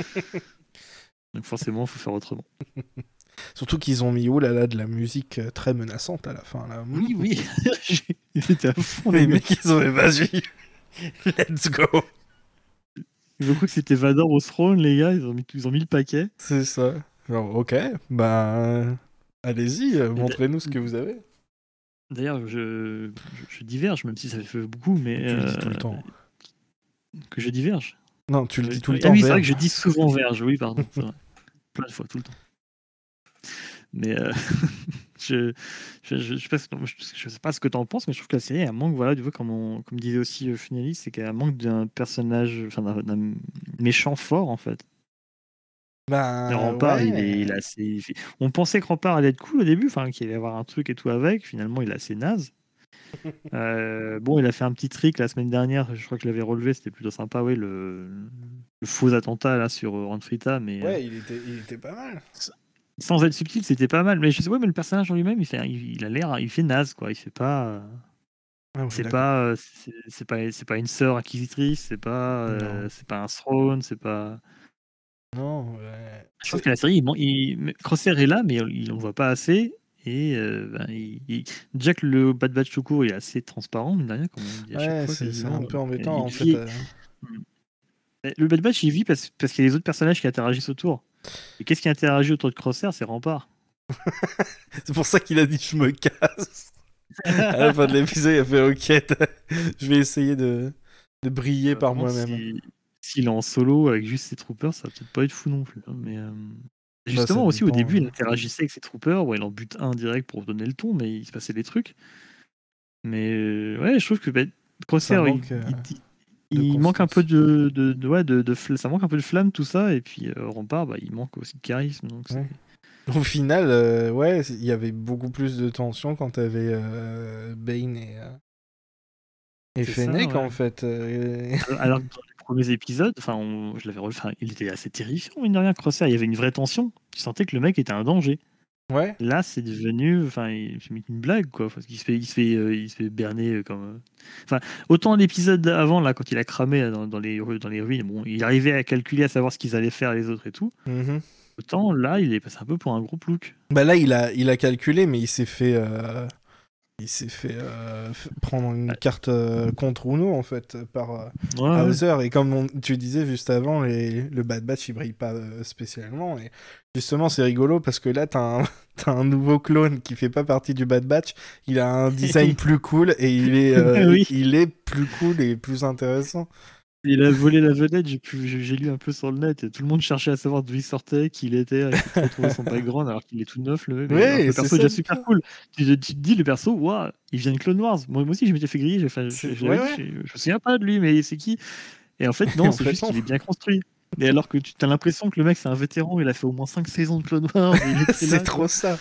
Donc forcément, il faut faire autrement. Surtout qu'ils ont mis oh là là, de la musique euh, très menaçante à la fin. Là. Oui, oui, c'était à fond. Les Les mecs. mecs, ils ont dit vas-y, let's go. Ils ont cru que c'était Vador au throne, les gars, ils ont mis, ils ont mis le paquet. C'est ça. Genre, ok, bah. euh, Allez-y, euh, Et montrez-nous ce que vous avez. D'ailleurs, je, je, je diverge, même si ça fait beaucoup, mais. Tu le dis euh, tout le temps. Que je diverge. Non, tu le dis tout le Ah temps. oui, c'est vrai Vert. que je dis souvent verge, oui, pardon. c'est vrai. Plein de fois, tout le temps. Mais euh, je, je, je, je, sais pas ce, que- je, je sais pas ce que tu en penses, mais je trouve que la série, elle manque, voilà, tu vois, comme, on, comme disait aussi euh, Finalis, c'est qu'elle manque d'un personnage, enfin d'un d'un méchant fort, en fait. Bah, Et Rampart, ouais. il est, il est assez. On pensait que Rampart allait être cool au début, enfin qu'il allait avoir un truc et tout avec. Finalement, il est assez naze. Euh, bon, il a fait un petit trick la semaine dernière. Je crois que je l'avais relevé. C'était plutôt sympa, oui, le, le faux attentat là sur euh, Ranfrita, mais Ouais, euh, il était, il était pas mal. sans être subtil, c'était pas mal. Mais je sais ouais, mais le personnage en lui-même, il fait, il, il a l'air, il fait naze, quoi. Il fait pas. euh, Ah, oui, C'est d'accord. pas, euh, c'est c'est pas, c'est pas une sœur inquisitrice. C'est pas, euh, Non. c'est pas un throne. C'est pas. Non, ouais. Je trouve que la série, il, man- il, Crosshair est là, mais il- on le voit pas assez. Et euh, ben, il, il- déjà que le Bad Batch tout court est assez transparent, mine de rien, comme on dit à chaque Ouais, fois. c'est c'est quasiment. un peu embêtant Il en vit- fait. euh. Le Bad Batch, il vit parce, parce qu'il y a les autres personnages qui interagissent autour. Et qu'est-ce qui interagit autour de Crosshair? C'est Rampart. C'est pour ça qu'il a dit je me casse. À la fin de l'épisode, il a fait ok, je vais essayer de, de briller Euh, par par contre, moi-même. si- S'il est en solo avec juste ses troopers, ça va peut-être pas être fou non plus. hein, Mais euh, Bah, justement, ça aussi au dépend. début, il hein. interagissait avec ses troopers. Ouais, il en bute un direct pour donner le ton, mais il se passait des trucs. Mais euh, ouais, je trouve que bah, Ça Crosshair, il, manque euh, il- de il manque un peu constance. de, de, de- ouais, de, de fl- ça manque un peu de flamme tout ça. Et puis euh, Rempart, bah, il manque aussi de charisme. Donc c'est Ouais. Au final, euh, ouais, il y avait beaucoup plus de tension quand t'avais euh, Bane et, euh, et c'est ça, Fennec, ouais. en fait. euh, Alors, alors que dans les premiers épisodes, enfin, on- je l'avais relevé, enfin, il était assez terrifiant, mine de rien, Crosshair. Il y avait une vraie tension. Tu sentais que le mec était un danger. ouais. Là, c'est devenu, enfin, il c'est limite une blague, quoi, parce qu'il se fait, il se fait, euh, il se fait berner euh, comme. euh. Enfin, autant l'épisode avant, là, quand il a cramé euh, dans, dans les ru- dans les ruines, bon, il arrivait à calculer, à savoir ce qu'ils allaient faire les autres et tout. Mhm. Autant là, il est passé un peu pour un gros plouc. Bah là, il a, il a calculé, mais il s'est fait, euh, il s'est fait euh, f- prendre une Ouais, carte euh, contre Uno, en fait, par euh, ouais, ouais. Hauser. Et comme on- tu disais juste avant, les, le Bad Batch, il brille pas euh, spécialement. Et justement, c'est rigolo parce que là, t'as un, t'as un nouveau clone qui fait pas partie du Bad Batch. Il a un design plus cool et il est, euh, Oui. il est plus cool et plus intéressant. Il a volé la vedette, j'ai pu- j'ai j'ai lu un peu sur le net, et tout le monde cherchait à savoir d'où il sortait, qui il était, à essayer de retrouver son background, alors qu'il est tout neuf, le, mais alors que Ouais, le c'est perso est ça déjà le super pire. cool. Tu, te tu te dis, le perso, waouh, il vient de Clone Wars. Moi, moi aussi, je m'étais fait griller, j'ai fait- je, C'est- je Ouais, l'avais dit, ouais. je, je me souviens pas de lui, mais c'est qui? Et en fait, Et non, en c'est fait, juste non. qu'il est bien construit. Et alors que tu as l'impression que le mec, c'est un vétéran, il a fait au moins cinq saisons de Clone Wars, et il était C'est là, trop quoi. ça.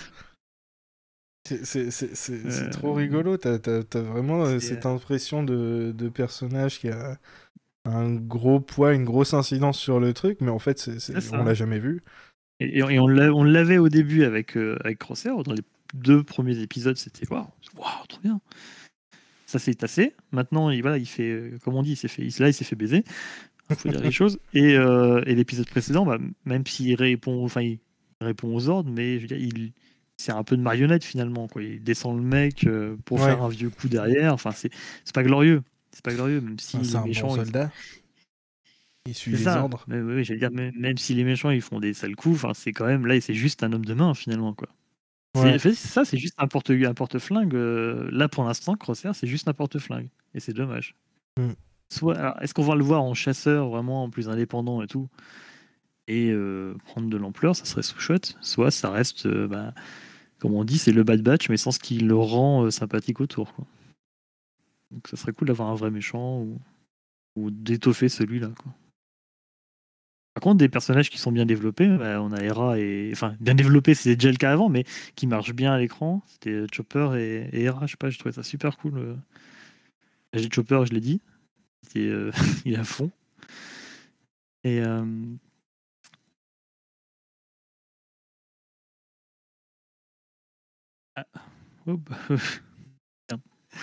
C'est c'est- c'est- c'est- c'est Euh, trop rigolo. T'as t'as- t'as vraiment euh, c'est, cette euh, impression de, de personnage qui a un gros poids, une grosse incidence sur le truc, mais en fait, c'est c'est c'est- on ça. l'a jamais vu. Et, et on l'a- on l'avait au début avec, euh, avec Crosshair, dans les deux premiers épisodes, c'était waouh, waouh, trop bien. Ça s'est tassé. Maintenant, il, voilà, il fait, euh, comme on dit, il s'est fait, il- là, il s'est fait baiser. Il faut dire les choses. Et, euh, et l'épisode précédent, bah, même s'il répond, enfin, il répond aux ordres, mais je veux dire, il, c'est un peu de marionnette finalement, quoi. Il descend le mec euh, pour Ouais. faire un vieux coup derrière. Enfin, c'est, c'est pas glorieux. C'est pas glorieux, même si Ah, c'est les un bon méchants, ils- soldat. Il suit c'est les ça. ordres. Mais, oui, oui, j'allais dire, même, même si les méchants, ils font des sales coups, enfin, c'est quand même là, c'est juste un homme de main finalement, quoi. C'est, Ouais. en fait, c'est ça, c'est juste un porte, un porte-flingue. euh, là, pour l'instant, Crosshair, c'est juste un porte-flingue. Et c'est dommage. Mm. Soit, alors, est-ce qu'on va le voir en chasseur vraiment en plus indépendant et tout et euh, prendre de l'ampleur, ça serait chouette. Soit ça reste, euh, bah, comme on dit, c'est le Bad Batch, mais sans ce qui le rend euh, sympathique autour. Quoi. Donc ça serait cool d'avoir un vrai méchant ou, ou d'étoffer celui-là. Quoi. Par contre, des personnages qui sont bien développés, bah, on a Hera et. Enfin, bien développés, c'était déjà le cas avant, mais qui marchent bien à l'écran. C'était Chopper et, et Hera, je sais pas, je trouvais ça super cool. euh. J'ai Chopper, je l'ai dit. C'était, euh, il est à fond. Et. euh, ah, oh, bah, Tiens.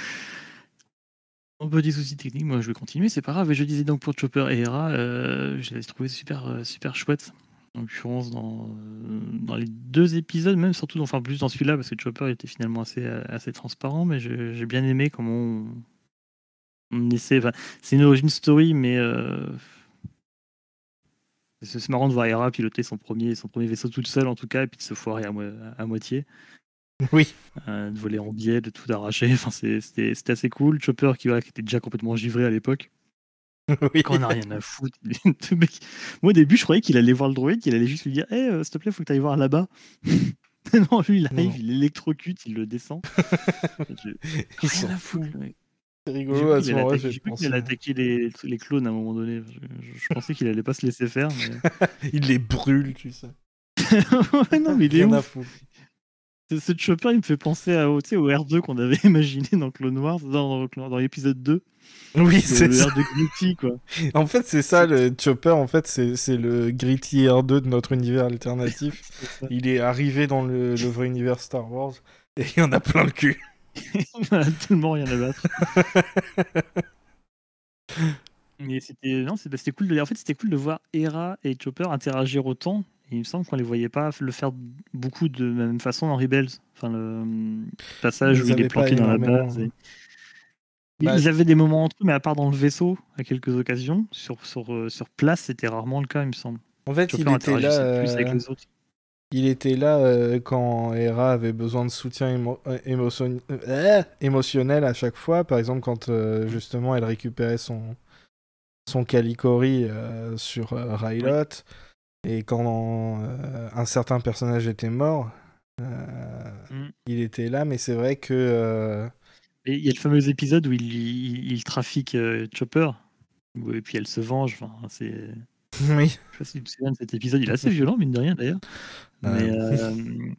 Un petit souci technique, moi je vais continuer, c'est pas grave. Et je disais donc pour Chopper et Hera, euh, je les ai trouvés super, euh, super chouettes. En l'occurrence, dans, euh, dans les deux épisodes, même surtout, enfin plus dans celui-là, parce que Chopper était finalement assez, euh, assez transparent, mais je- j'ai bien aimé comment on, on essaie. Enfin, c'est une origin story, mais euh, c'est c'est marrant de voir Hera piloter son premier, son premier vaisseau toute seule en tout cas, et puis de se foirer à, mo- à moitié. Oui. euh, de voler en biais, de tout arracher. Enfin, c'est- c'était c'était assez cool. Chopper qui, voilà, qui était déjà complètement givré à l'époque. Oui. Quand on n'a rien à foutre. Le mec- Moi, au début, je croyais qu'il allait voir le droïde, qu'il allait juste lui dire hey, euh, s'il te plaît, faut que tu ailles voir là-bas. Non, lui, il arrive, Non. il électrocute, il le descend. Je- Ils Rien sont à fous. foutre, le mec. C'est J'ai rigolo cru à qu'il ce allait moment-là, attaquer, j'ai j'ai cru qu'il pensé. allait attaquer les, les clones à un moment donné. Je, je pensais qu'il allait pas se laisser faire. Mais... Il les brûle, tu sais. Ouais, non, mais il est Rien à ouf. foutre. Ce, ce Chopper, il me fait penser à, au, tu sais, au R deux qu'on avait imaginé dans Clone Wars, dans, dans, dans l'épisode deux. Oui, Le, c'est le ça. R deux Gritty, quoi. En fait, c'est ça, le Chopper, en fait, c'est c'est le Gritty R deux de notre univers alternatif. C'est ça. Il est arrivé dans le, le vrai univers Star Wars et il y en a plein le cul. Il en a tellement rien à battre. Mais c'était non, c'est- bah, c'était cool de, en fait, c'était cool de voir Hera et Chopper interagir autant. Et il me semble qu'on les voyait pas le faire beaucoup de la même façon dans Rebels. Enfin, le hum, passage Ils où il est avaient pas planqué dans la énormément. base. et- Bah, Ils avaient des moments entre eux, mais à part dans le vaisseau, à quelques occasions, sur, sur, euh, sur place, c'était rarement le cas, il me semble. en fait, il Chopper était là. interagissait plus avec euh, les autres. Il était là euh, quand Hera avait besoin de soutien émo- euh, émotion- euh, émotionnel à chaque fois. Par exemple, quand euh, justement elle récupérait son, son Calicori euh, sur euh, Oui. Rylot. Et quand euh, un certain personnage était mort, euh, Mm. il était là. Mais c'est vrai que... euh, Et il y a le fameux épisode où il, il, il trafique euh, Chopper, où- et puis elle se venge. Enfin, c'est... oui. Je sais pas si tu te souviens de cet épisode, il est assez violent, mine de rien d'ailleurs. Euh, Mais, euh,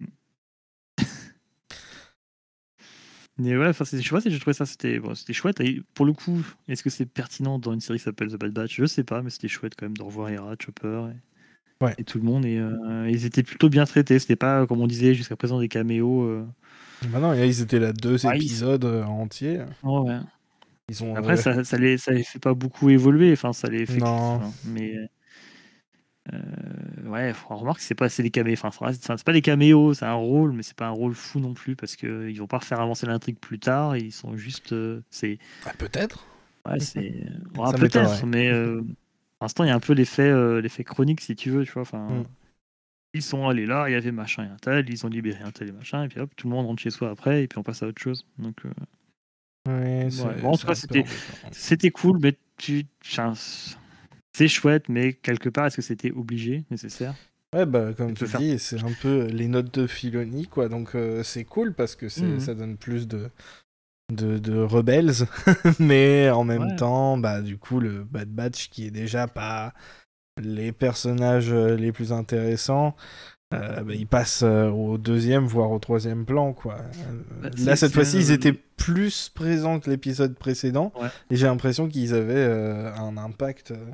mais ouais, enfin, c'est- je sais pas si j'ai trouvé ça, c'était bon, c'était chouette. Et pour le coup, est-ce que c'est pertinent dans une série qui s'appelle The Bad Batch? Je sais pas, mais c'était chouette quand même de revoir Hera, Chopper ouais. et, et tout le monde. Et euh, ils étaient plutôt bien traités. C'était pas, comme on disait jusqu'à présent, des caméos. Euh... Bah non, ils étaient là deux Ah, ils- épisodes euh, entiers. Ouais, ouais. Ils ont... Après, euh, ça, ça les, ça les fait pas beaucoup évoluer. Enfin, ça les fait. Non. Enfin, mais euh, ouais, on remarque que c'est pas, c'est des caméos. Enfin, ça reste- enfin, c'est pas des caméos, c'est un rôle, mais c'est pas un rôle fou non plus parce que ils vont pas faire avancer l'intrigue plus tard. Ils sont juste, euh, c'est, Ah, peut-être. ouais, c'est, bon, Ça peut-être, m'étonnerait. mais euh, pour l'instant, il y a un peu l'effet, euh, l'effet chronique, si tu veux, tu vois. Enfin, Mm. ils sont allés là, il y avait machin et un tel, ils ont libéré un tel et machin, et puis hop, tout le monde rentre chez soi après, et puis on passe à autre chose. Donc, euh, Ouais, ouais. c'est Bon, en tout c'est cas, un peu c'était, embêtant. c'était cool, mais tu, enfin, c'est chouette, mais quelque part, est-ce que c'était obligé, nécessaire? Ouais, bah, comme Tu peux tu faire. dis, c'est un peu les notes de Filoni, quoi. Donc, euh, c'est cool parce que c'est, Mhm. ça donne plus de, de, de rebels. Mais en même Ouais. temps, bah, du coup, le Bad Batch qui est déjà pas les personnages euh, les plus intéressants, euh, bah, il passe euh, au deuxième, voire au troisième plan, quoi. Euh, Bah, là, c'est, cette c'est, fois-ci, ils euh, étaient plus présents que l'épisode précédent. ouais. Et j'ai l'impression qu'ils avaient euh, un impact euh,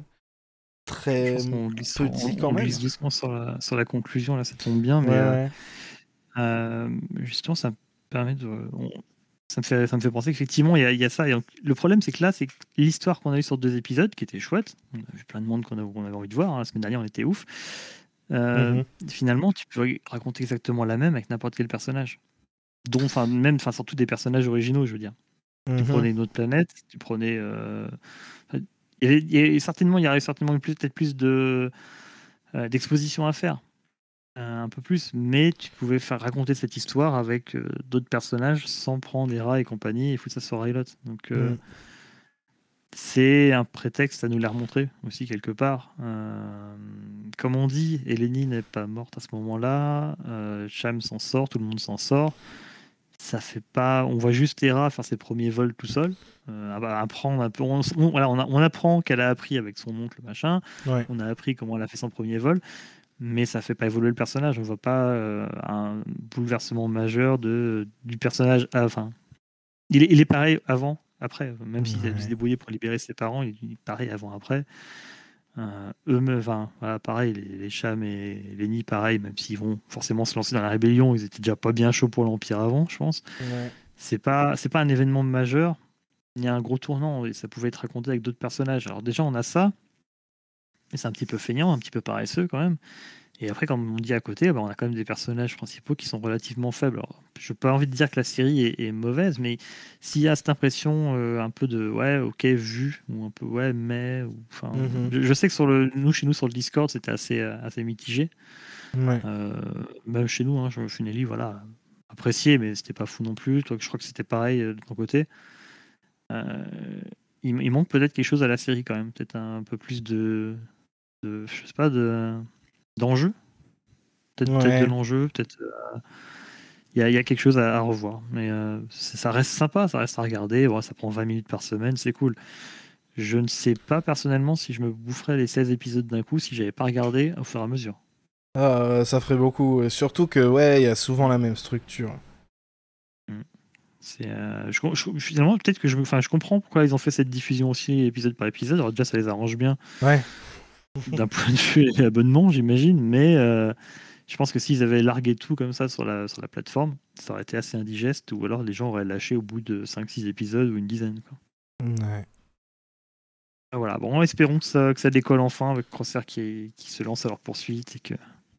Je très pense qu'on glisse, on, petit quand on même. glisse doucement sur la, sur la conclusion, là, ça tombe bien, Ouais, mais euh, ouais. euh, justement, ça me permet de. on- ça, me fait, ça me fait penser qu'effectivement, il y, a- il y a ça. Et donc, le problème, c'est que là, c'est que l'histoire qu'on a eue sur deux épisodes, qui était chouette, on a vu plein de monde qu'on a- qu'on avait envie de voir, hein, la semaine dernière, on était ouf. Euh, Mhm. Finalement, tu peux raconter exactement la même avec n'importe quel personnage. Dont, enfin, même, enfin, surtout des personnages originaux, je veux dire. Tu Mhm. prenais une autre planète, tu prenais. euh, il y avait- il y avait certainement, il y aurait certainement eu plus- peut-être plus de, euh, d'exposition à faire. Euh, un peu plus, mais tu pouvais faire raconter cette histoire avec euh, d'autres personnages sans prendre les rats et compagnie et foutre ça sur Rylot. Donc euh, Mm. c'est un prétexte à nous la remontrer aussi quelque part. Euh, comme on dit, Eleni n'est pas morte à ce moment-là. Euh, Cham s'en sort, tout le monde s'en sort. Ça fait pas. On voit juste Hera faire ses premiers vols tout seul. Euh, apprendre un peu. On, on- voilà, on, a- on apprend qu'elle a appris avec son oncle machin. Ouais. On a appris comment elle a fait son premier vol. Mais ça fait pas évoluer le personnage. On voit pas euh, un bouleversement majeur de, du personnage. à- Enfin, il est, il est pareil avant, après. Même s'il a dû se Ouais. débrouiller pour libérer ses parents, il est pareil avant, après. Euh, eux, me- enfin, voilà, pareil, les, les Cham et Lenny, pareil, même s'ils vont forcément se lancer dans la rébellion, ils étaient déjà pas bien chauds pour l'Empire avant, je pense. Ouais. C'est pas, c'est pas un événement majeur. Il y a un gros tournant et ça pouvait être raconté avec d'autres personnages. Alors déjà, on a ça, mais c'est un petit peu feignant, un petit peu paresseux quand même. Et après, comme on dit à côté, bah, on a quand même des personnages principaux qui sont relativement faibles. Alors, je n'ai pas envie de dire que la série est, est mauvaise, mais s'il y a cette impression euh, un peu de ouais, ok, vu, ou un peu ouais, mais. Ou, enfin, Mhm. je, je sais que sur le, nous, chez nous, sur le Discord, c'était assez, euh, assez mitigé. Ouais. Euh, même chez nous, hein, je Funeli, voilà, apprécié, mais c'était pas fou non plus. Toi, je crois que c'était pareil euh, de ton côté. Euh, il, il manque peut-être quelque chose à la série quand même, peut-être un, peu plus de, de je sais pas, de d'enjeu. Peut-être peut-être de Ouais. l'enjeu, peut-être il y, a- il y a quelque chose à, à revoir. Mais euh, c'est- ça reste sympa, ça reste à regarder. Bon, ça prend vingt minutes par semaine, c'est cool. Je ne sais pas personnellement si je me boufferais les seize épisodes d'un coup si j'avais pas regardé au fur et à mesure. Ah, euh, ça ferait beaucoup. Et surtout que, ouais, il y a souvent la même structure. Mm. C'est, euh, je, je- finalement, peut-être que je, me- enfin, je comprends pourquoi ils ont fait cette diffusion aussi épisode par épisode. Alors déjà, ça les arrange bien Ouais. d'un point de vue abonnement, j'imagine, mais euh, je pense que s'ils avaient largué tout comme ça sur la, sur la plateforme, ça aurait été assez indigeste, ou alors les gens auraient lâché au bout de cinq six épisodes ou une dizaine, quoi. Ouais. Ah, voilà, bon, espérons que ça, que ça décolle enfin avec Crosshair qui, qui se lance à leur poursuite et que.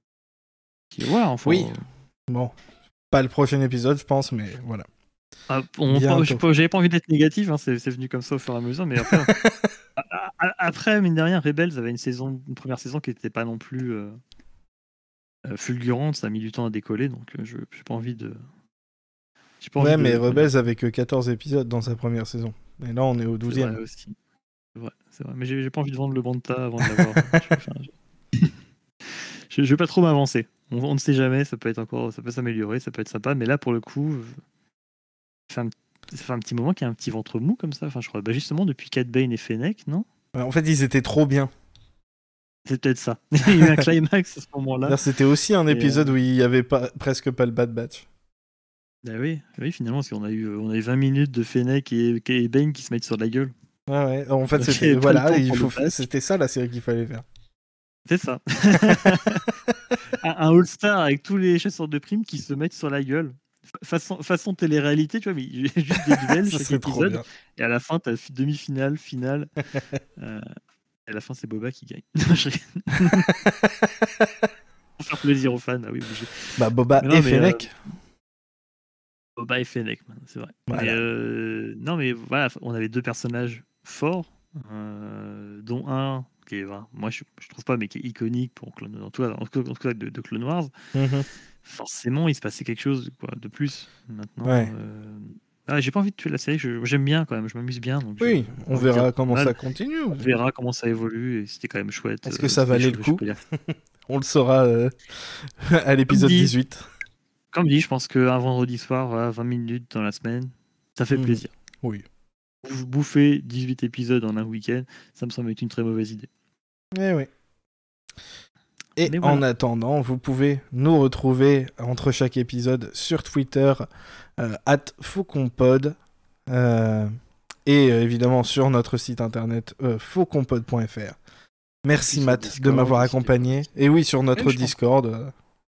Qui, voilà, enfin, Oui. Bon. Pas le prochain épisode, je pense, mais voilà. ah, on- Bientôt. je- j'avais pas envie d'être négatif, hein, c'est c'est venu comme ça au fur et à mesure, mais après, a- a- après mine de rien, Rebels avait une saison, une première saison qui n'était pas non plus. euh, euh, fulgurante, ça a mis du temps à décoller, donc euh, je j'ai pas envie de. J'ai pas envie Ouais, de. mais comment dire, Rebels avait que quatorze épisodes dans sa première saison. Et là, on est au C'est vrai douzième. aussi. C'est vrai, c'est vrai. Mais j'ai j'ai pas envie de vendre le Banta avant de l'avoir. Je- enfin, je... je, je vais pas trop m'avancer. On, on ne sait jamais, ça peut être encore, ça peut s'améliorer, ça peut être sympa, mais là pour le coup, euh, ça fait un, ça fait un petit moment qu'il y a un petit ventre mou comme ça. Enfin, je crois, bah justement depuis Cad Bane et Fennec, non? Ouais, en fait, ils étaient trop bien. C'est peut-être ça. Il y a eu un climax à ce moment-là. D'ailleurs, c'était aussi un Et, épisode euh, où il y avait pas, presque pas le Bad Batch. bah oui, oui, finalement, parce qu'on a eu, on a eu vingt minutes de Fennec et, et Bane qui se mettent sur la gueule. Ouais, ouais. En fait, Donc, il y c'était avait pas le voilà, temps il pour le faut... patch. c'était ça la série qu'il fallait faire. C'est ça. un un All-Star avec tous les chasseurs de primes qui se mettent sur la gueule. Fa- Façon, façon télé-réalité, tu vois, mais juste des duels Ça chaque serait trop épisode. bien. Et à la fin, t'as fi- demi-finale, finale. euh, et à la fin, c'est Boba qui gagne. Je rigole. Pour faire plaisir aux fans, ah oui, obligé. Bah, Boba Mais non, et mais, euh, Fennec. Boba et Fennec, man, c'est vrai. Mais Voilà. euh, non, mais voilà, on avait deux personnages forts, euh, dont un qui est, enfin, moi je, je trouve pas, mais qui est iconique pour Clone, en tout cas, en tout cas, en tout cas de, de Clone Wars. Mhm. Forcément, il se passait quelque chose quoi, de plus. Maintenant, Ouais. euh, ah, j'ai pas envie de tuer la série. je- J'aime bien quand même, je m'amuse bien. Donc je- Oui, j'ai on envie de dire verra comment mal. ça continue. On verra comment ça évolue et c'était quand même chouette. Est-ce que euh, ça c'était valait chou- le je coup peux dire. On le saura euh, à l'épisode dit. dix-huit. Comme dit, je pense qu'un vendredi soir, voilà, vingt minutes dans la semaine, ça fait Mhm. plaisir. Oui. Vous bouffer dix-huit épisodes en un week-end, ça me semble être une très mauvaise idée. Eh oui. Et Mais en voilà. attendant, vous pouvez nous retrouver entre chaque épisode sur Twitter, euh, at fauconpod, euh, et euh, évidemment sur notre site internet euh, fauconpod point f r. Merci Et sur Matt de Discord m'avoir aussi, accompagné. des fois. Et oui, sur notre Oui, je t'en Discord. euh,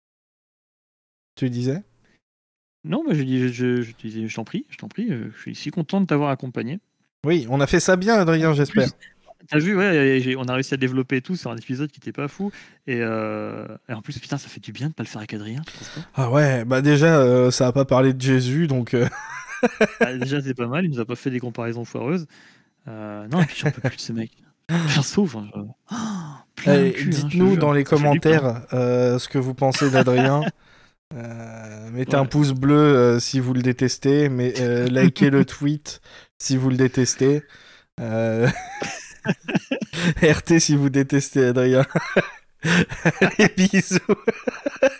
Tu disais Non, moi je dis, je, je, je disais, je t'en prie, je t'en prie. euh, Je suis si content de t'avoir accompagné. Oui, on a fait ça bien, Adrien, En j'espère. plus, t'as vu, ouais, j'ai- on a réussi à développer et tout sur un épisode qui était pas fou. Et, euh, et en plus, putain, ça fait du bien de pas le faire avec Adrien, tu trouves pas? Ah ouais, bah déjà, euh, ça a pas parlé de Jésus, donc... euh, Ah, déjà, c'est pas mal, il nous a pas fait des comparaisons foireuses. Euh, non, et puis j'en peux plus de ce mec. Perso, enfin, je- oh, plein le allez, cul, hein, je te dites-nous jure. dans les Ça fait du bien. commentaires euh, ce que vous pensez d'Adrien. Euh, mettez un Ouais. pouce bleu euh, si vous le détestez, mais euh, likez le tweet si vous le détestez. Euh... R T si vous détestez Adrien. Allez, bisous.